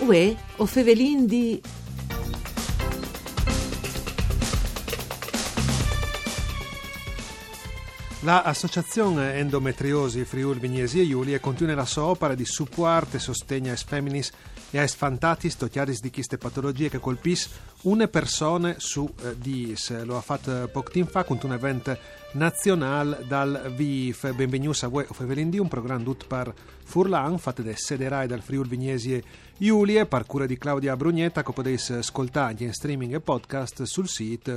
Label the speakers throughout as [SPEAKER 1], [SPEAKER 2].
[SPEAKER 1] Uè, o fevelin di...
[SPEAKER 2] La Associazione Endometriosi Friuli Vignesi e Giulia continua la sua opera di supporto e sostegno ai femminis e ai sfantatis togliaris di queste patologie che colpiscono una persona su 10. Lo ha fatto poco tempo fa con un evento nazionale dal VIF. Benvenuti a voi, Fevelin, un programma tutto per Furlan, fatto da Sederai dal Friuli Vignesi e Giulia, per cura di Claudia Brugnetta, che potete ascoltare anche in streaming e podcast sul sito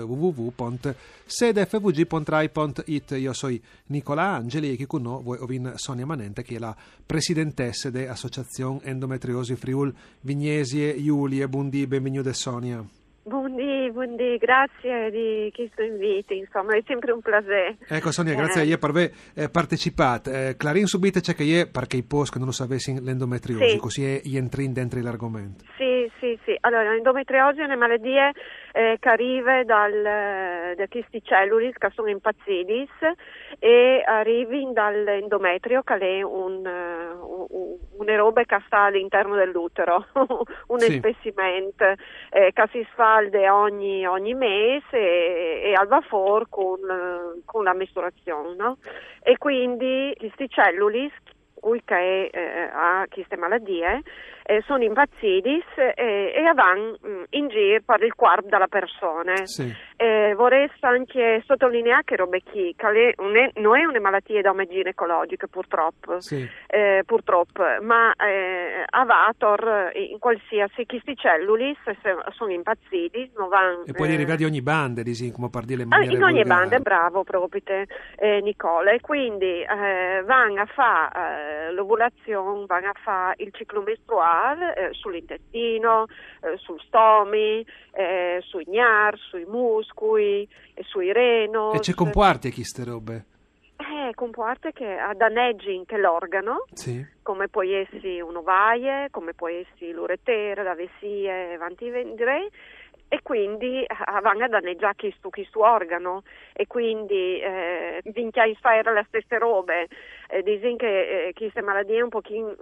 [SPEAKER 2] www.sedefvg.rai.it. Io sono Nicola Angeli e qui con noi voi ovin Sonia Manente, che è la presidentessa dell'Associazione Endometriosi Friuli Vignesi e Giulia. Buondì, benvenuta Sonia.
[SPEAKER 3] Buondì, grazie di questo invito, insomma è sempre un piacere.
[SPEAKER 2] Ecco Sonia, grazie a lei per aver partecipato. Clarin subito c'è che io, perché i post che non lo sapessi l'endometriosi, sì. Così entri dentro l'argomento.
[SPEAKER 3] Sì. Allora, l'endometriosi è una malattia che arriva da questi celluli che sono impazziti e arrivi dall'endometrio, che è una roba che sta all'interno dell'utero, un spessimento che si sfalda ogni mese e al vapore con la mestruazione, no? E quindi questi celluli che ha queste malattie sono impazziti e vanno in giro per il corpo della persona.
[SPEAKER 2] Sì.
[SPEAKER 3] Vorrei anche sottolineare che non è una malattia da ginecologica purtroppo,
[SPEAKER 2] sì.
[SPEAKER 3] Ma a Vator in qualsiasi questi celluli sono impazziti, non vanno.
[SPEAKER 2] E poi arrivare di ogni banda, come per dire le maniere
[SPEAKER 3] in ogni
[SPEAKER 2] vulgari.
[SPEAKER 3] banda, bravo proprio Nicola, e quindi vanno a fare l'ovulazione, vanno a fare il ciclo mestruale sull'intestino, sul stomi, sui gnar, sui muscoli, sui reno.
[SPEAKER 2] E c'è comporti queste robe?
[SPEAKER 3] Comporta che danneggi anche l'organo, sì. Come può essere un ovaie, come può essere l'uretere, la vessie, avanti vendere, e quindi vanno a danneggiare questo organo, e quindi vinchiai fare le stesse robe. Dicono che queste malattie un po'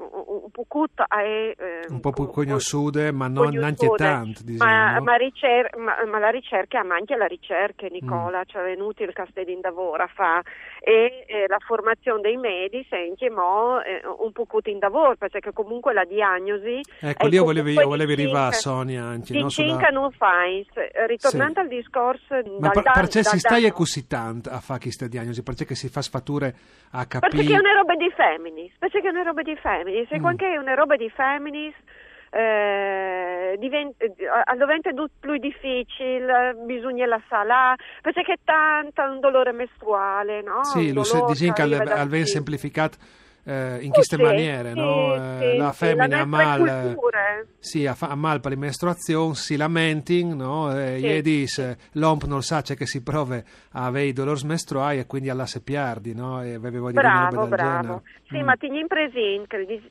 [SPEAKER 2] più conosciute, ma non neanche tanto.
[SPEAKER 3] Ma la ricerca ha anche la ricerca, Nicola, cioè è inutile che stai in lavoro a fare, e la formazione dei medici è anche un po' in lavoro, perché comunque la diagnosi.
[SPEAKER 2] Ecco, lì io volevo arrivare a Sonia anche.
[SPEAKER 3] Non fai. Ritornando al discorso,
[SPEAKER 2] ma perché si stai così tanto a fare queste diagnosi? Perché si fa sfatture a capire?
[SPEAKER 3] Perché è una roba di femminis. Se qualche è una roba di femminis, diventa più difficile, bisogna la sala, perché è tanto un dolore mestruale, no?
[SPEAKER 2] Sì, lo dicono che al ben semplificato in queste maniere,
[SPEAKER 3] sì,
[SPEAKER 2] no?
[SPEAKER 3] Sì,
[SPEAKER 2] la femmina ha mal per le mestruazioni, si lamenti, no? E dice l'omp non sa c'è che si prova a avere i dolori mestruali e quindi alla se perdi, no? E
[SPEAKER 3] bravo. Sì, ma tieni in presente che il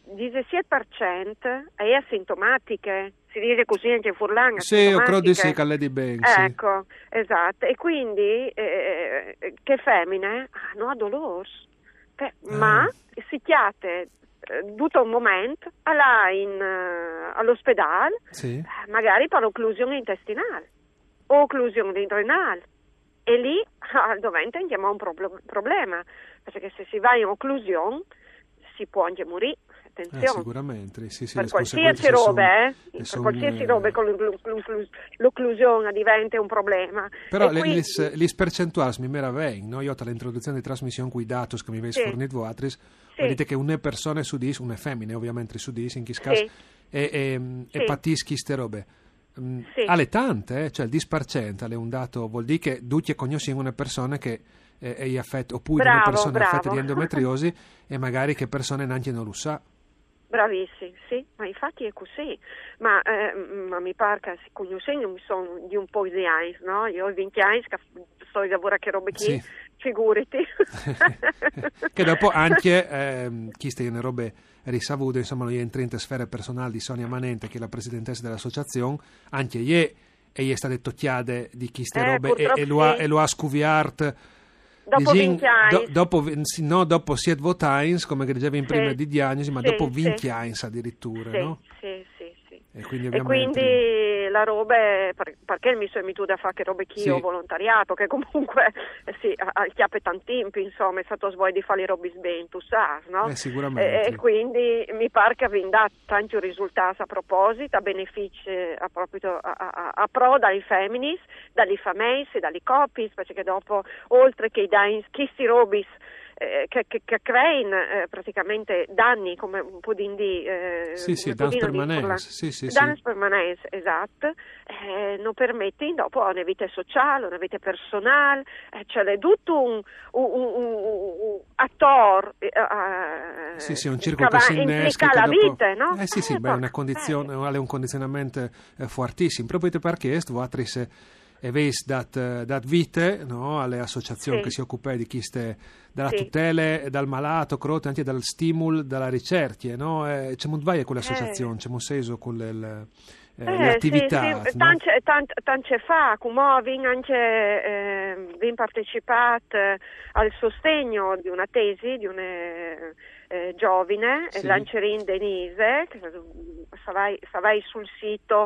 [SPEAKER 3] 17% è asintomatiche. Si dice così anche in Furlan.
[SPEAKER 2] Sì, io credo di sì, che lei di bene.
[SPEAKER 3] Ecco, esatto. E quindi che femmine hanno dolore. Ma si chiate tutto un momento all'ospedale, sì. Magari per occlusione intestinale o occlusione renale, e lì doventa andiamo a un problema, perché se si va in occlusione si può anche morire. Attenzione.
[SPEAKER 2] Sicuramente, sì,
[SPEAKER 3] per qualsiasi roba, con l'occlusione diventa un problema.
[SPEAKER 2] Però le percentuali mi meravigliano, no? Io all'introduzione di trasmissione con i dati che mi avete fornito voi, vedete che una persona su 10, una femmina ovviamente su 10 in questo caso, e patisci queste robe. Alle tante, cioè il 10% è un dato, vuol dire che tutti conoscono una persona che è affetta, oppure una persona affetta di endometriosi, e magari che persone neanche non lo sa.
[SPEAKER 3] Bravissimi, sì, ma infatti è così, ma mi pare che si conoscono di un po' di anni, no? Io ho 20 anni che sto a lavorare che robe qui, sì. Figurati.
[SPEAKER 2] Che dopo anche queste sono robe risavute, insomma, noi entriamo in sfere personali di Sonia Manente, che è la presidentessa dell'associazione, anche lei è stata tocchiata di queste robe e lo ha scuviato.
[SPEAKER 3] Dopo 20 anni.
[SPEAKER 2] Dopo 7 votins, come dicevi in prima di diagnosi, ma dopo 20 anni addirittura,
[SPEAKER 3] sì,
[SPEAKER 2] no?
[SPEAKER 3] Sì.
[SPEAKER 2] E quindi,
[SPEAKER 3] la roba, perché mi sono messo a fare che robe che io volontariato, che comunque al chiappe tantimpi, insomma, è stato svolto di fare le robe ben, tu sai, no?
[SPEAKER 2] Sicuramente.
[SPEAKER 3] E quindi mi pare che abbiamo dato tanti risultati a proposito, a beneficio a pro dai femminis, dalle famiglie e dalle coppie, perché dopo, oltre che dai questi robis che creano praticamente danni, come un po' di
[SPEAKER 2] danni permanenti,
[SPEAKER 3] danni permanenti, esatto, non permette dopo una vita sociale, una vita personale, cioè è tutto un attore
[SPEAKER 2] un circo che si innesca
[SPEAKER 3] la vita, no?
[SPEAKER 2] È una condizione, un condizionamento fortissimo, proprio perché questo attrice e veis dat vite, no, alle associazioni che si occupano di dalla tutela dal malato, crote anche dal stimolo, dalla ricerca, no? C'è molto varie con le associazioni, c'è molto seso con le attività.
[SPEAKER 3] Tante fa, come vi anche partecipato al sostegno di una tesi di una giovane, Lancerin Denise, che vai sul sito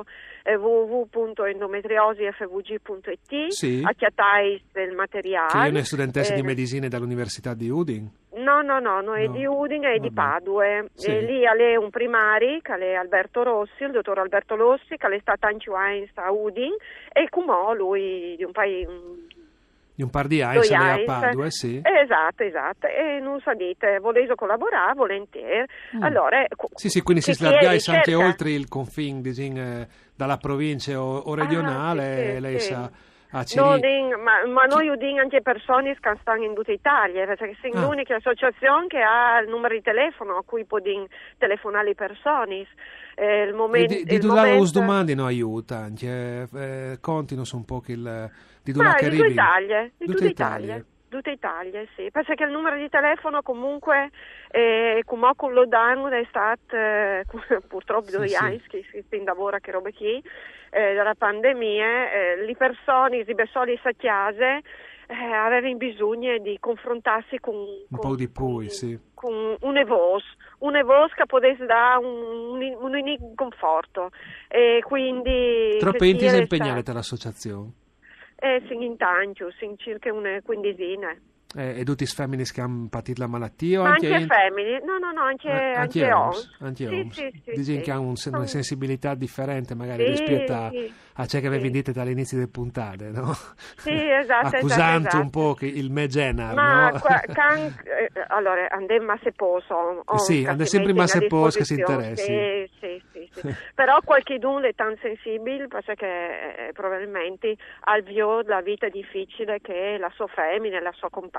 [SPEAKER 3] www.endometriosifvg.it, acchiattai del materiale.
[SPEAKER 2] Che è una studentessa di medicina dall'Università di Udine?
[SPEAKER 3] No, è di Udine e di Padua. E lì è un primari, che è Alberto Rossi, il dottor Alberto Rossi, che è stato anche a Udine, e come lui di un paio...
[SPEAKER 2] Di un par di anni a Padua, sì.
[SPEAKER 3] Esatto, e non so dite, volete collaborare, volentieri. Allora,
[SPEAKER 2] quindi si slargais anche oltre il confine, dalla provincia o regionale, lei sa...
[SPEAKER 3] ma noi udiamo anche persone che stanno in tutta Italia, perché siamo l'unica associazione che ha il numero di telefono a cui può telefonare le persone. Il momento,
[SPEAKER 2] le domande non aiuta, anche contino un po' di che arrivi.
[SPEAKER 3] Di tutta Italia, sì, perché il numero di telefono comunque come con lo danno è stato purtroppo 2 anni che si lavora che robe qui dalla pandemia, le persone di Bessoli e chiese avevano bisogno di confrontarsi con
[SPEAKER 2] un po' di più,
[SPEAKER 3] con una voce che potesse dare un unico conforto, e quindi
[SPEAKER 2] troppe enti impegnate all'associazione?
[SPEAKER 3] Sono in tanto, sono circa una quindicina.
[SPEAKER 2] E tutti i femmini che hanno patito la malattia?
[SPEAKER 3] Ma anche femmini? No, anche OMS.
[SPEAKER 2] Sì. Dicono che hanno una sensibilità differente magari rispetto a ciò che avevi detto dall'inizio delle puntate, no?
[SPEAKER 3] Sì, esatto.
[SPEAKER 2] Accusando un po' il me genere,
[SPEAKER 3] ma
[SPEAKER 2] no?
[SPEAKER 3] Allora, andiamo a se posso.
[SPEAKER 2] Andiamo sempre a se posso che si interessi.
[SPEAKER 3] Sì. Però qualcuno è tan sensibile perché probabilmente al vio la vita difficile che la sua femmina, la sua compagna,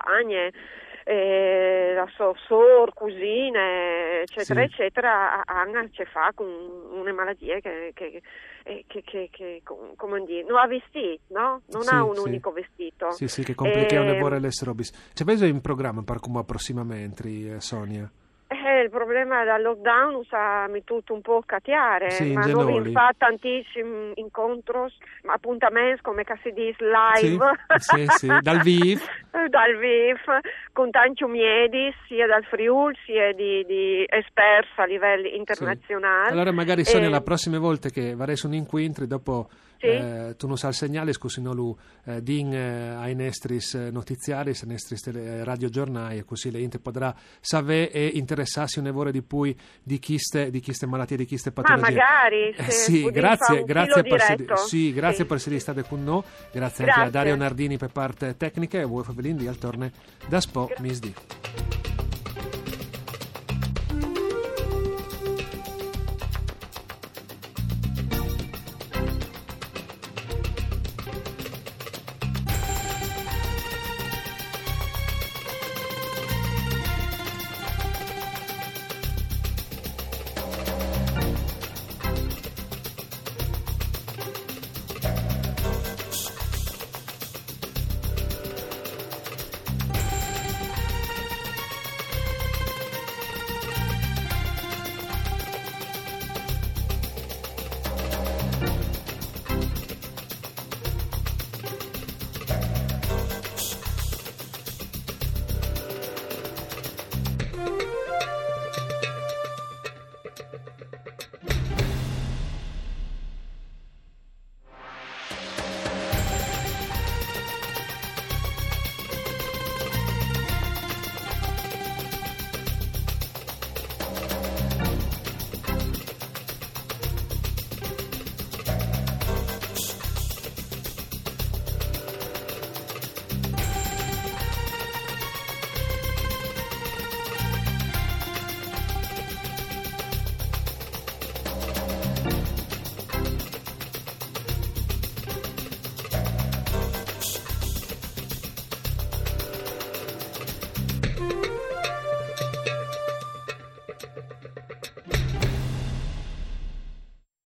[SPEAKER 3] la sua cugine, eccetera, eccetera, hanno a che fa con una malattia che come dire, non ha vestito, no? Non ha un unico vestito.
[SPEAKER 2] Sì, che complica un po' le robis. C'è preso in programma per come approssimamente, Sonia?
[SPEAKER 3] Il problema del lockdown sa tutto un po' cattiare, ma noi fa tantissimi incontri, appuntamenti come si dice live,
[SPEAKER 2] dal vivo,
[SPEAKER 3] con tanti medici sia dal Friuli sia di esperti a livello internazionale.
[SPEAKER 2] Allora magari Sonia la prossima volta che varrei un incontro dopo tu non sai il segnale, scusi lu din ai nostri notiziari, ai nostri radiogiornali, così le inte potrà sapere e interessarsi un'evore di più di queste malattie, di queste patologie.
[SPEAKER 3] Ma magari
[SPEAKER 2] grazie per essere state con noi, grazie anche a Dario Nardini per parte tecnica e voi Favelin di al torne da Spo Misdi.